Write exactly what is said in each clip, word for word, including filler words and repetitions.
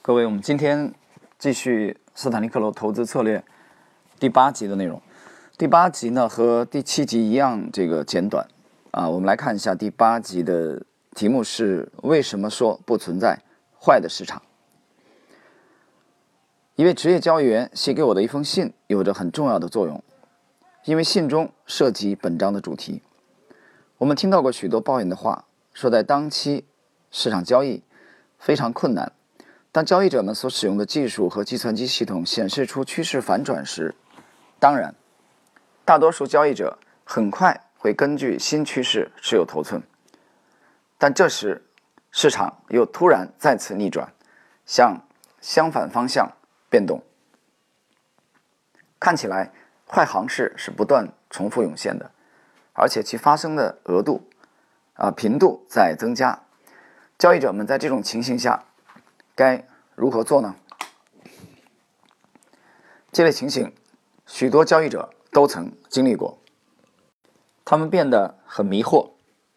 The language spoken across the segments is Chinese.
各位，我们今天继续斯坦利克罗投资策略第八集的内容。第八集呢和第七集一样，这个简短啊。我们来看一下第八集的题目是为什么说不存在坏的市场。一位职业交易员写给我的一封信有着很重要的作用，因为信中涉及本章的主题。我们听到过许多抱怨的话，说在当期市场交易非常困难。当交易者们所使用的技术和计算机系统显示出趋势反转时，当然，大多数交易者很快会根据新趋势持有头寸，但这时市场又突然再次逆转，向相反方向变动。看起来坏行市是不断重复涌现的，而且其发生的额度啊频度在增加。交易者们在这种情形下该如何做呢？这类情形许多交易者都曾经历过，他们变得很迷惑，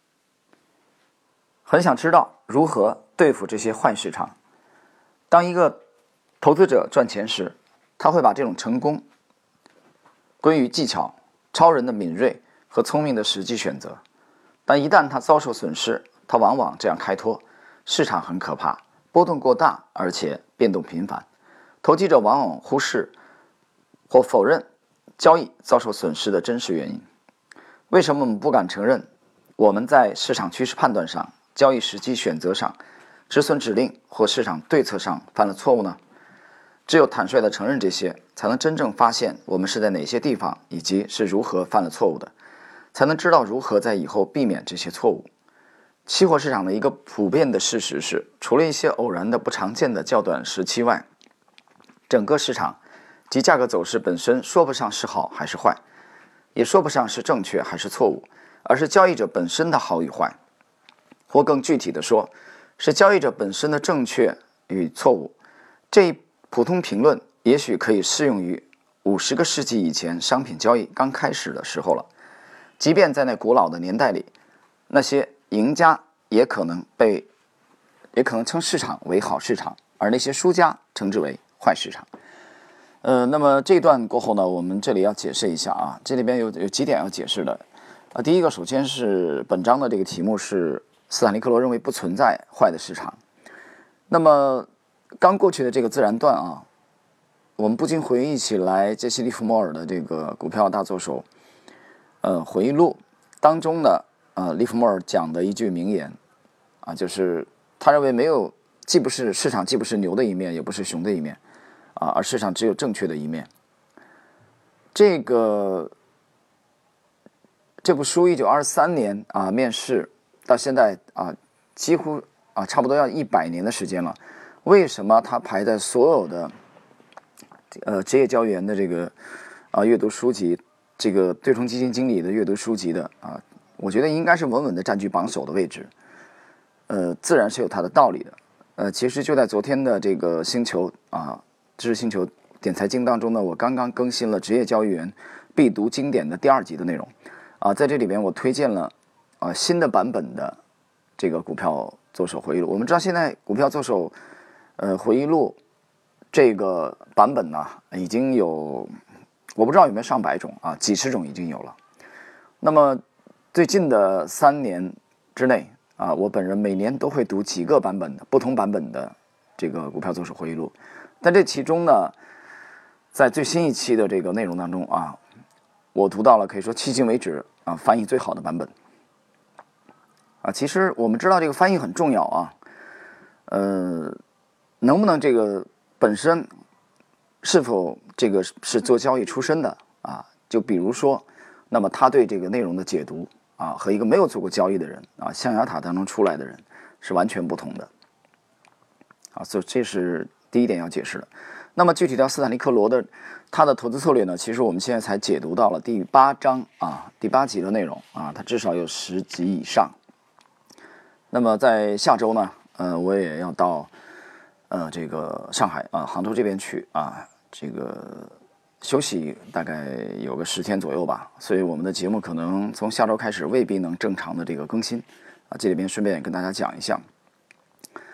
很想知道如何对付这些坏市场。当一个投资者赚钱时，他会把这种成功归于技巧、超人的敏锐和聪明的实际选择，但一旦他遭受损失，他往往这样开脱：市场很可怕，波动过大，而且变动频繁。投机者往往忽视或否认交易遭受损失的真实原因。为什么我们不敢承认我们在市场趋势判断上、交易时机选择上、止损指令或市场对策上犯了错误呢？只有坦率地承认这些，才能真正发现我们是在哪些地方以及是如何犯了错误的，才能知道如何在以后避免这些错误。期货市场的一个普遍的事实是，除了一些偶然的不常见的较短时期外，整个市场及价格走势本身说不上是好还是坏，也说不上是正确还是错误，而是交易者本身的好与坏，或更具体的说，是交易者本身的正确与错误。这一普通评论也许可以适用于五十个世纪以前商品交易刚开始的时候了。即便在那古老的年代里，那些赢家也可能被也可能称市场为好市场，而那些输家称之为坏市场。呃，那么这段过后呢，我们这里要解释一下啊，这里边有有几点要解释的。啊，第一个，首先是本章的这个题目是斯坦利克罗认为不存在坏的市场。那么刚过去的这个自然段啊，我们不禁回忆起来杰西·利弗莫尔的这个股票大作手呃回忆录当中的呃利弗莫尔讲的一句名言啊，就是他认为没有既不是市场既不是牛的一面，也不是熊的一面啊，而市场只有正确的一面。这个这部书一九二三年啊面世到现在啊，几乎啊差不多要一百年的时间了。为什么它排在所有的呃职业交易员的这个啊阅读书籍，这个对冲基金经理的阅读书籍的啊，我觉得应该是稳稳的占据榜首的位置。呃，自然是有它的道理的。呃，其实就在昨天的这个星球啊，知识星球点财经当中呢，我刚刚更新了职业交易员必读经典的第二集的内容啊，在这里边我推荐了啊新的版本的这个股票作手回忆录。我们知道现在股票作手呃回忆录这个版本呢，已经有我不知道有没有上百种啊，几十种已经有了。那么最近的三年之内啊，我本人每年都会读几个版本的不同版本的这个股票作手回忆录。但这其中呢，在最新一期的这个内容当中啊，我读到了可以说迄今为止啊翻译最好的版本啊。其实我们知道这个翻译很重要啊，呃，能不能这个本身是否这个是做交易出身的啊？就比如说，那么他对这个内容的解读啊，和一个没有做过交易的人啊，象牙塔当中出来的人是完全不同的啊。所以这是第一点要解释的。那么具体到斯坦利克罗的他的投资策略呢，其实我们现在才解读到了第八章啊，第八集的内容啊，它至少有十集以上。那么在下周呢，呃，我也要到呃这个上海啊、杭州这边去啊，这个休息大概有个十天左右吧，所以我们的节目可能从下周开始未必能正常的这个更新啊，这里边顺便也跟大家讲一下。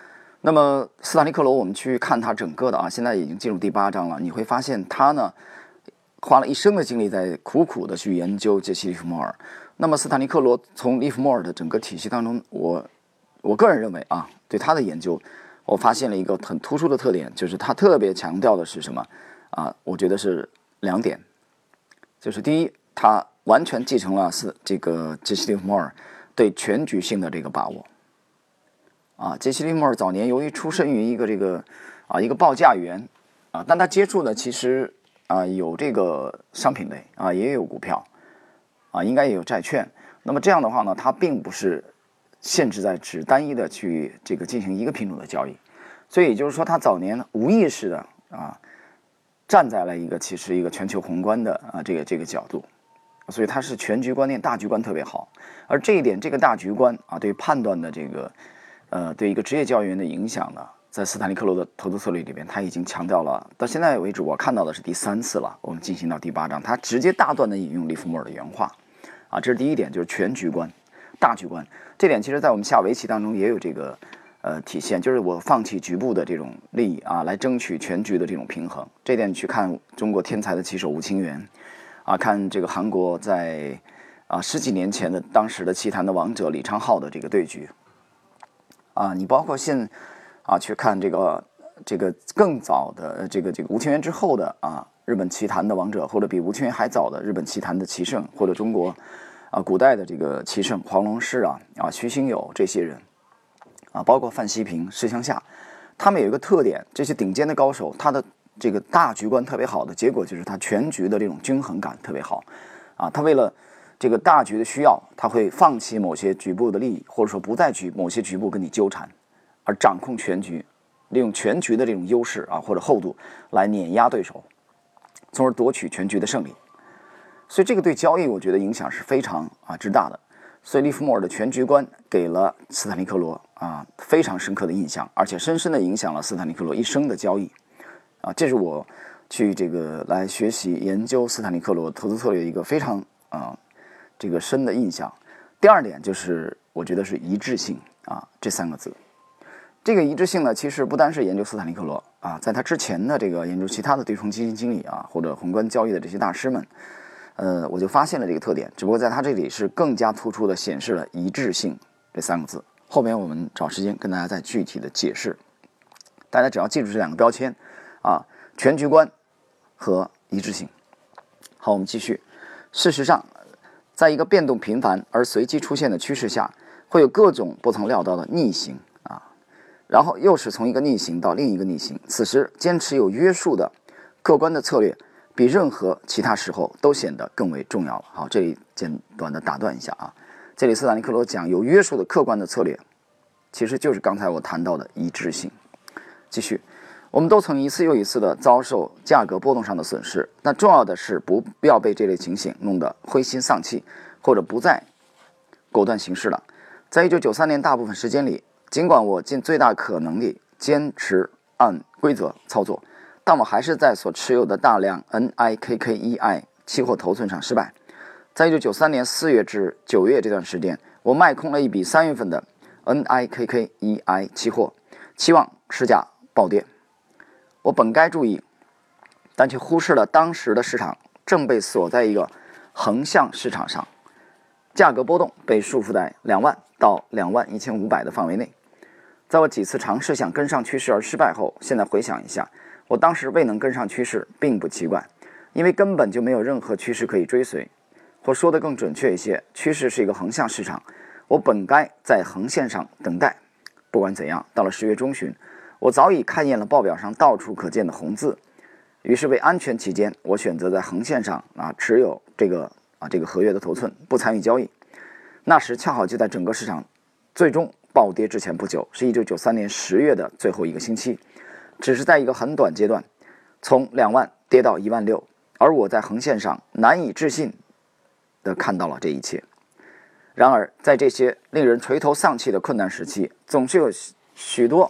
那么斯坦利克罗，我们去看他整个的啊，现在已经进入第八章了，你会发现他呢花了一生的精力在苦苦的去研究杰西·利弗莫尔。那么斯坦利克罗从利弗莫尔的整个体系当中，我我个人认为啊，对他的研究，我发现了一个很突出的特点，就是他特别强调的是什么啊？我觉得是两点，就是第一，他完全继承了是这个杰西·利弗莫尔对全局性的这个把握。啊，杰西·利弗莫尔早年由于出身于一个这个啊一个报价员啊，但他接触的其实啊有这个商品类啊，也有股票啊，应该也有债券。那么这样的话呢，他并不是限制在只单一的去这个进行一个品种的交易，所以也就是说，他早年无意识的啊站在了一个其实一个全球宏观的啊这个这个角度，所以他是全局观念、大局观特别好。而这一点，这个大局观啊，对判断的这个。呃，对一个职业交易员的影响呢，在斯坦利克罗的投资策略里边，他已经强调了。到现在为止，我看到的是第三次了。我们进行到第八章，他直接大段的引用利弗莫尔的原话，啊，这是第一点，就是全局观、大局观。这点其实在我们下围棋当中也有这个呃体现，就是我放弃局部的这种利益啊，来争取全局的这种平衡。这点去看中国天才的棋手吴清源，啊，看这个韩国在啊十几年前的当时的棋坛的王者李昌镐的这个对局。啊，你包括现啊去看这个这个更早的这个这个吴清源之后的啊日本棋坛的王者，或者比吴清源还早的日本棋坛的棋圣，或者中国啊古代的这个棋圣黄龙士啊啊徐兴友这些人啊，包括范希平、施香夏，他们有一个特点，这些顶尖的高手，他的这个大局观特别好的结果就是他全局的这种均衡感特别好啊，他为了这个大局的需要，他会放弃某些局部的利益，或者说不在局某些局部跟你纠缠，而掌控全局，利用全局的这种优势啊或者厚度来碾压对手，从而夺取全局的胜利。所以这个对交易我觉得影响是非常啊之大的。所以利弗莫尔的全局观给了斯坦利克罗啊非常深刻的印象，而且深深的影响了斯坦利克罗一生的交易啊，这是我去这个来学习研究斯坦利克罗投资策略一个非常啊。这个深的印象。第二点就是我觉得是一致性啊这三个字。这个一致性呢，其实不单是研究斯坦利克罗啊，在他之前的这个研究其他的对冲基金经理啊或者宏观交易的这些大师们，呃，我就发现了这个特点。只不过在他这里是更加突出的显示了一致性这三个字。后面我们找时间跟大家再具体的解释。大家只要记住这两个标签啊，全局观和一致性。好，我们继续。事实上，在一个变动频繁而随机出现的趋势下，会有各种不曾料到的逆行啊，然后又是从一个逆行到另一个逆行。此时，坚持有约束的客观的策略，比任何其他时候都显得更为重要了。好，这里简短的打断一下啊，这里斯坦利克罗讲有约束的客观的策略，其实就是刚才我谈到的一致性。继续。我们都曾一次又一次地遭受价格波动上的损失，但重要的是不要被这类情形弄得灰心丧气，或者不再果断行事了。在一九九三年大部分时间里，尽管我尽最大可能地坚持按规则操作，但我还是在所持有的大量 N I K K E I 期货头寸上失败。在一九九三年四月至九月这段时间，我卖空了一笔三月份的 N I K K E I 期货，期望市价暴跌。我本该注意，但却忽视了当时的市场正被锁在一个横向市场上，价格波动被束缚在两万到两万一千五百的范围内。在我几次尝试想跟上趋势而失败后，现在回想一下，我当时未能跟上趋势并不奇怪，因为根本就没有任何趋势可以追随，或说得更准确一些，趋势是一个横向市场，我本该在横线上等待。不管怎样，到了十月中旬，我早已看厌了报表上到处可见的红字，于是为安全起见，我选择在横线上啊持有这个啊这个合约的头寸，不参与交易。那时恰好就在整个市场最终暴跌之前不久，是一九九三年十月的最后一个星期，只是在一个很短阶段，从两万跌到一万六，而我在横线上难以置信地看到了这一切。然而，在这些令人垂头丧气的困难时期，总是有许多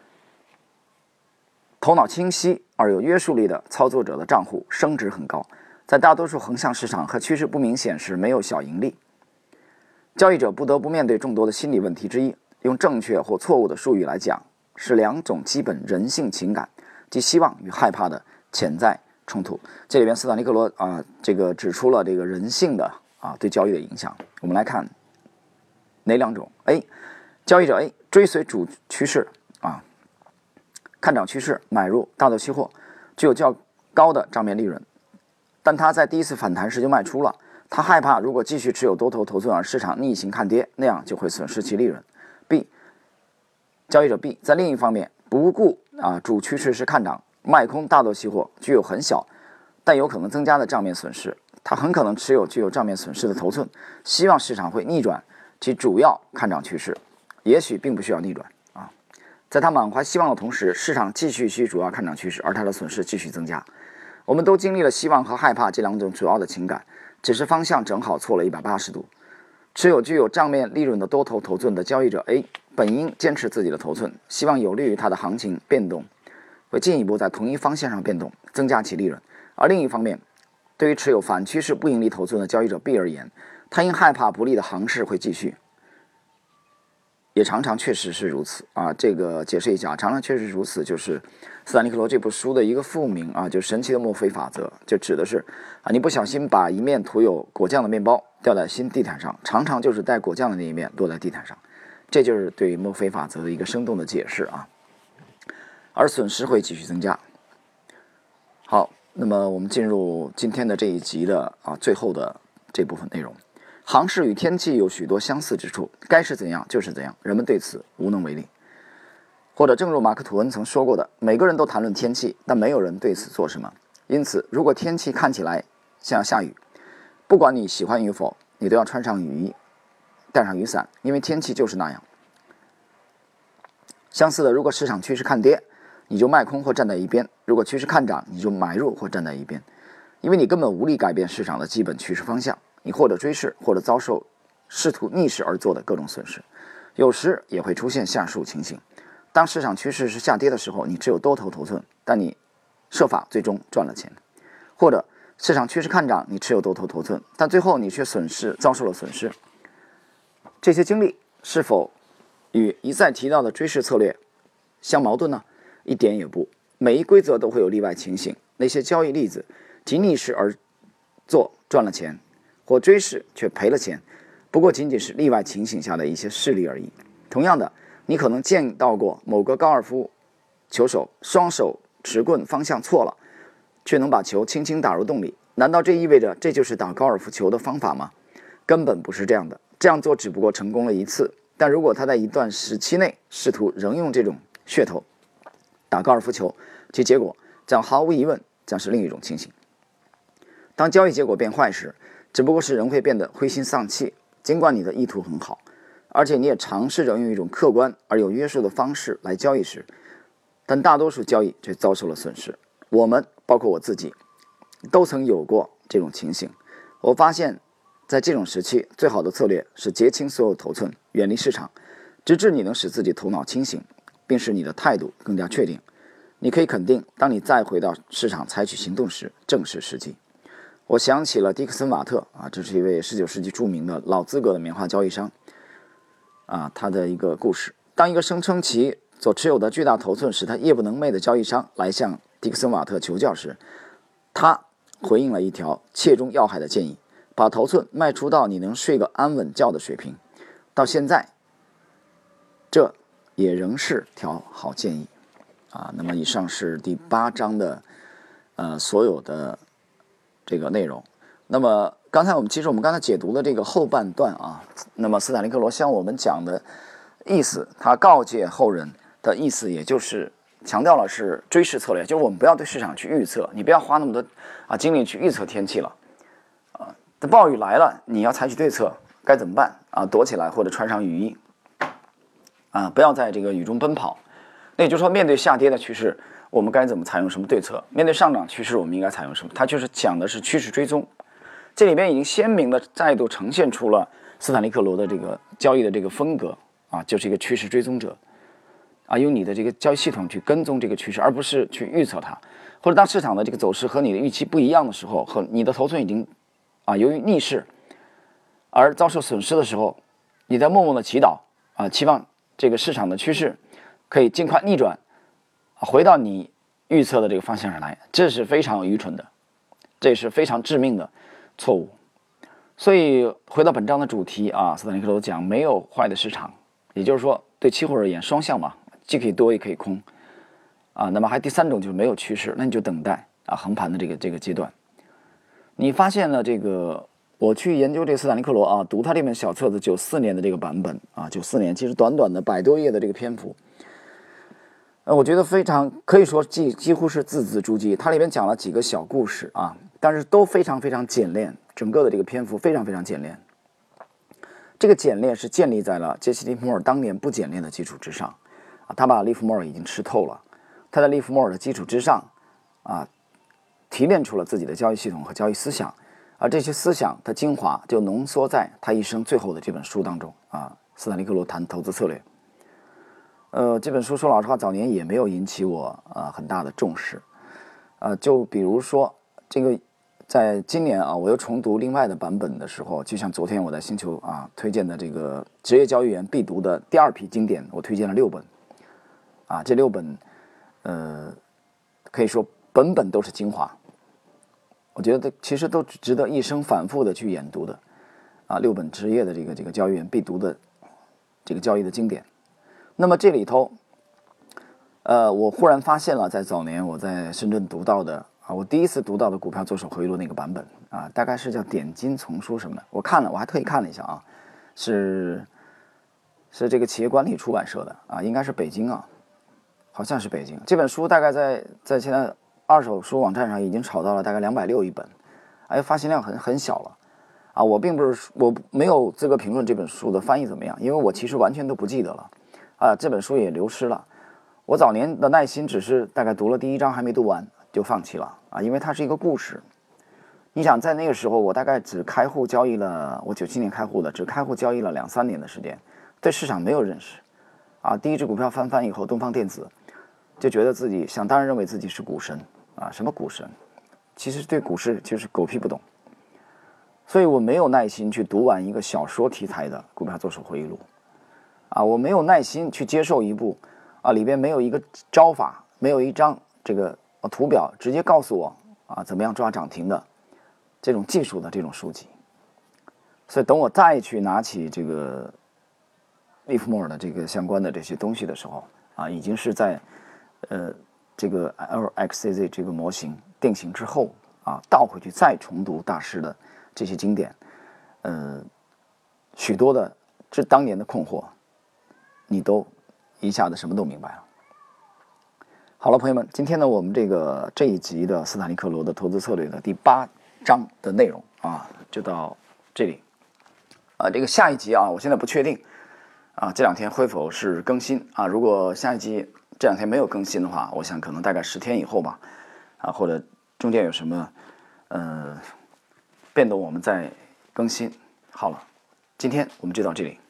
头脑清晰而有约束力的操作者的账户升值很高，在大多数横向市场和趋势不明显时没有小盈利。交易者不得不面对众多的心理问题之一，用正确或错误的术语来讲， 是两种基本人性情感，即希望与害怕的潜在冲突。这里边斯坦尼克罗啊，这个指出了这个人性的啊对交易的影响。我们来看哪两种 ？A， 交易者 A 追随主趋势啊，看涨趋势买入大豆期货，具有较高的账面利润，但他在第一次反弹时就卖出了。他害怕如果继续持有多头头寸而市场逆行看跌，那样就会损失其利润。B， 交易者 B 在另一方面不顾啊主趋势是看涨，卖空大豆期货，具有很小但有可能增加的账面损失。他很可能持有具有账面损失的头寸，希望市场会逆转其主要看涨趋势，也许并不需要逆转啊。在他满怀希望的同时，市场继续其主要看涨趋势，而他的损失继续增加。我们都经历了希望和害怕这两种主要的情感，只是方向正好错了一百八十度。持有具有账面利润的多头头寸的交易者 A 本应坚持自己的头寸，希望有利于他的行情变动会进一步在同一方向上变动，增加其利润。而另一方面，对于持有反趋势不盈利头寸的交易者 B 而言，他因害怕不利的行势会继续，也常常确实是如此啊。这个解释一下，常常确实如此，就是斯坦尼克罗这部书的一个副名啊，就是神奇的墨菲法则，就指的是啊，你不小心把一面涂有果酱的面包掉在新地毯上，常常就是带果酱的那一面落在地毯上，这就是对墨菲法则的一个生动的解释啊。而损失会继续增加。好，那么我们进入今天的这一集的啊最后的这部分内容。行市与天气有许多相似之处，该是怎样就是怎样，人们对此无能为力。或者正如马克吐温曾说过的，每个人都谈论天气，但没有人对此做什么。因此，如果天气看起来像要下雨，不管你喜欢与否，你都要穿上雨衣，带上雨伞，因为天气就是那样。相似的，如果市场趋势看跌，你就卖空或站在一边；如果趋势看涨，你就买入或站在一边，因为你根本无力改变市场的基本趋势方向。你或者追势，或者遭受试图逆势而做的各种损失。有时也会出现下述情形：当市场趋势是下跌的时候，你只有多头头寸，但你设法最终赚了钱；或者市场趋势看涨，你持有多头头寸，但最后你却损失遭受了损失。这些经历是否与一再提到的追势策略相矛盾呢？一点也不。每一规则都会有例外情形，那些交易例子即逆势而做赚了钱，或追势却赔了钱，不过仅仅是例外情形下的一些事例而已。同样的，你可能见到过某个高尔夫球手双手持棍方向错了，却能把球轻轻打入洞里。难道这意味着这就是打高尔夫球的方法吗？根本不是这样的。这样做只不过成功了一次，但如果他在一段时期内试图仍用这种噱头打高尔夫球，其结果将毫无疑问将是另一种情形。当交易结果变坏时，只不过是人会变得灰心丧气，尽管你的意图很好，而且你也尝试着用一种客观而有约束的方式来交易时，但大多数交易却遭受了损失。我们，包括我自己，都曾有过这种情形。我发现在这种时期，最好的策略是结清所有头寸，远离市场，直至你能使自己头脑清醒，并使你的态度更加确定。你可以肯定，当你再回到市场采取行动时，正是时机。我想起了迪克森·瓦特啊，这是一位十九世纪著名的老资格的棉花交易商啊，他的一个故事。当一个声称其所持有的巨大头寸使他夜不能寐的交易商来向迪克森·瓦特求教时，他回应了一条切中要害的建议：把头寸卖出到你能睡个安稳觉的水平。到现在，这也仍是条好建议啊。那么，以上是第八章的呃所有的这个内容。那么刚才我们其实我们刚才解读的这个后半段啊，那么斯坦尼克罗向我们讲的意思，他告诫后人的意思，也就是强调了是追势策略，就是我们不要对市场去预测，你不要花那么多啊精力去预测天气了啊。等暴雨来了，你要采取对策，该怎么办啊？躲起来或者穿上雨衣啊，不要在这个雨中奔跑。那也就是说，面对下跌的趋势，我们该怎么采用什么对策？面对上涨趋势，我们应该采用什么？它就是讲的是趋势追踪。这里边已经鲜明的再度呈现出了斯坦尼克罗的这个交易的这个风格啊，就是一个趋势追踪者啊，用你的这个交易系统去跟踪这个趋势，而不是去预测它。或者当市场的这个走势和你的预期不一样的时候，和你的头寸已经啊由于逆势而遭受损失的时候，你在默默的祈祷啊，期望这个市场的趋势可以尽快逆转，回到你预测的这个方向上来，这是非常愚蠢的，这是非常致命的错误。所以回到本章的主题啊，斯坦利克罗讲没有坏的市场，也就是说对期货而言双向嘛，既可以多也可以空啊。那么还第三种就是没有趋势，那你就等待啊横盘的这个这个阶段。你发现了这个，我去研究这个斯坦利克罗啊，读他这本小册子九四年的这个版本啊，九四年其实短短的百多页的这个篇幅，呃，我觉得非常可以说几几乎是字字珠玑。它里面讲了几个小故事啊，但是都非常非常简练，整个的这个篇幅非常非常简练。这个简练是建立在了杰西·利弗莫尔当年不简练的基础之上啊，他把利弗莫尔已经吃透了，他在利弗莫尔的基础之上啊，提炼出了自己的交易系统和交易思想，而这些思想它精华就浓缩在他一生最后的这本书当中啊，斯坦利克罗谈投资策略。呃，这本书说老实话，早年也没有引起我呃很大的重视，呃，就比如说这个，在今年啊，我又重读另外的版本的时候，就像昨天我在星球啊推荐的这个职业交易员必读的第二批经典，我推荐了六本，啊，这六本，呃，可以说本本都是精华，我觉得其实都值得一生反复的去研读的，啊，六本职业的这个这个交易员必读的这个交易的经典。那么这里头，呃，我忽然发现了，在早年我在深圳读到的啊，我第一次读到的股票作手回忆录那个版本啊，大概是叫点金丛书什么的，我看了，我还特意看了一下啊，是是这个企业管理出版社的啊，应该是北京啊，好像是北京。这本书大概在在现在二手书网站上已经炒到了大概两百六一本，哎，发行量很很小了啊。我并不是我没有资格评论这本书的翻译怎么样，因为我其实完全都不记得了。啊，这本书也流失了。我早年的耐心只是大概读了第一章还没读完就放弃了啊，因为它是一个故事。你想在那个时候，我大概只开户交易了，我九七年开户的，只开户交易了两三年的时间，对市场没有认识啊。第一只股票翻番以后，东方电子就觉得自己想当然认为自己是股神啊，什么股神？其实对股市就是狗屁不懂。所以我没有耐心去读完一个小说题材的股票作手回忆录。啊，我没有耐心去接受一部啊里边没有一个招法，没有一张这个图表直接告诉我啊怎么样抓涨停的这种技术的这种书籍。所以等我再去拿起这个利弗莫尔的这个相关的这些东西的时候啊，已经是在呃这个 L X C Z 这个模型定型之后啊，倒回去再重读大师的这些经典，呃，许多的这当年的困惑。你都一下子什么都明白了。好了，朋友们，今天呢，我们这个这一集的斯坦利克罗的投资策略的第八章的内容啊，就到这里。啊，这个下一集啊，我现在不确定啊，这两天会否是更新啊？如果下一集这两天没有更新的话，我想可能大概十天以后吧，啊，或者中间有什么呃变动，我们再更新。好了，今天我们就到这里。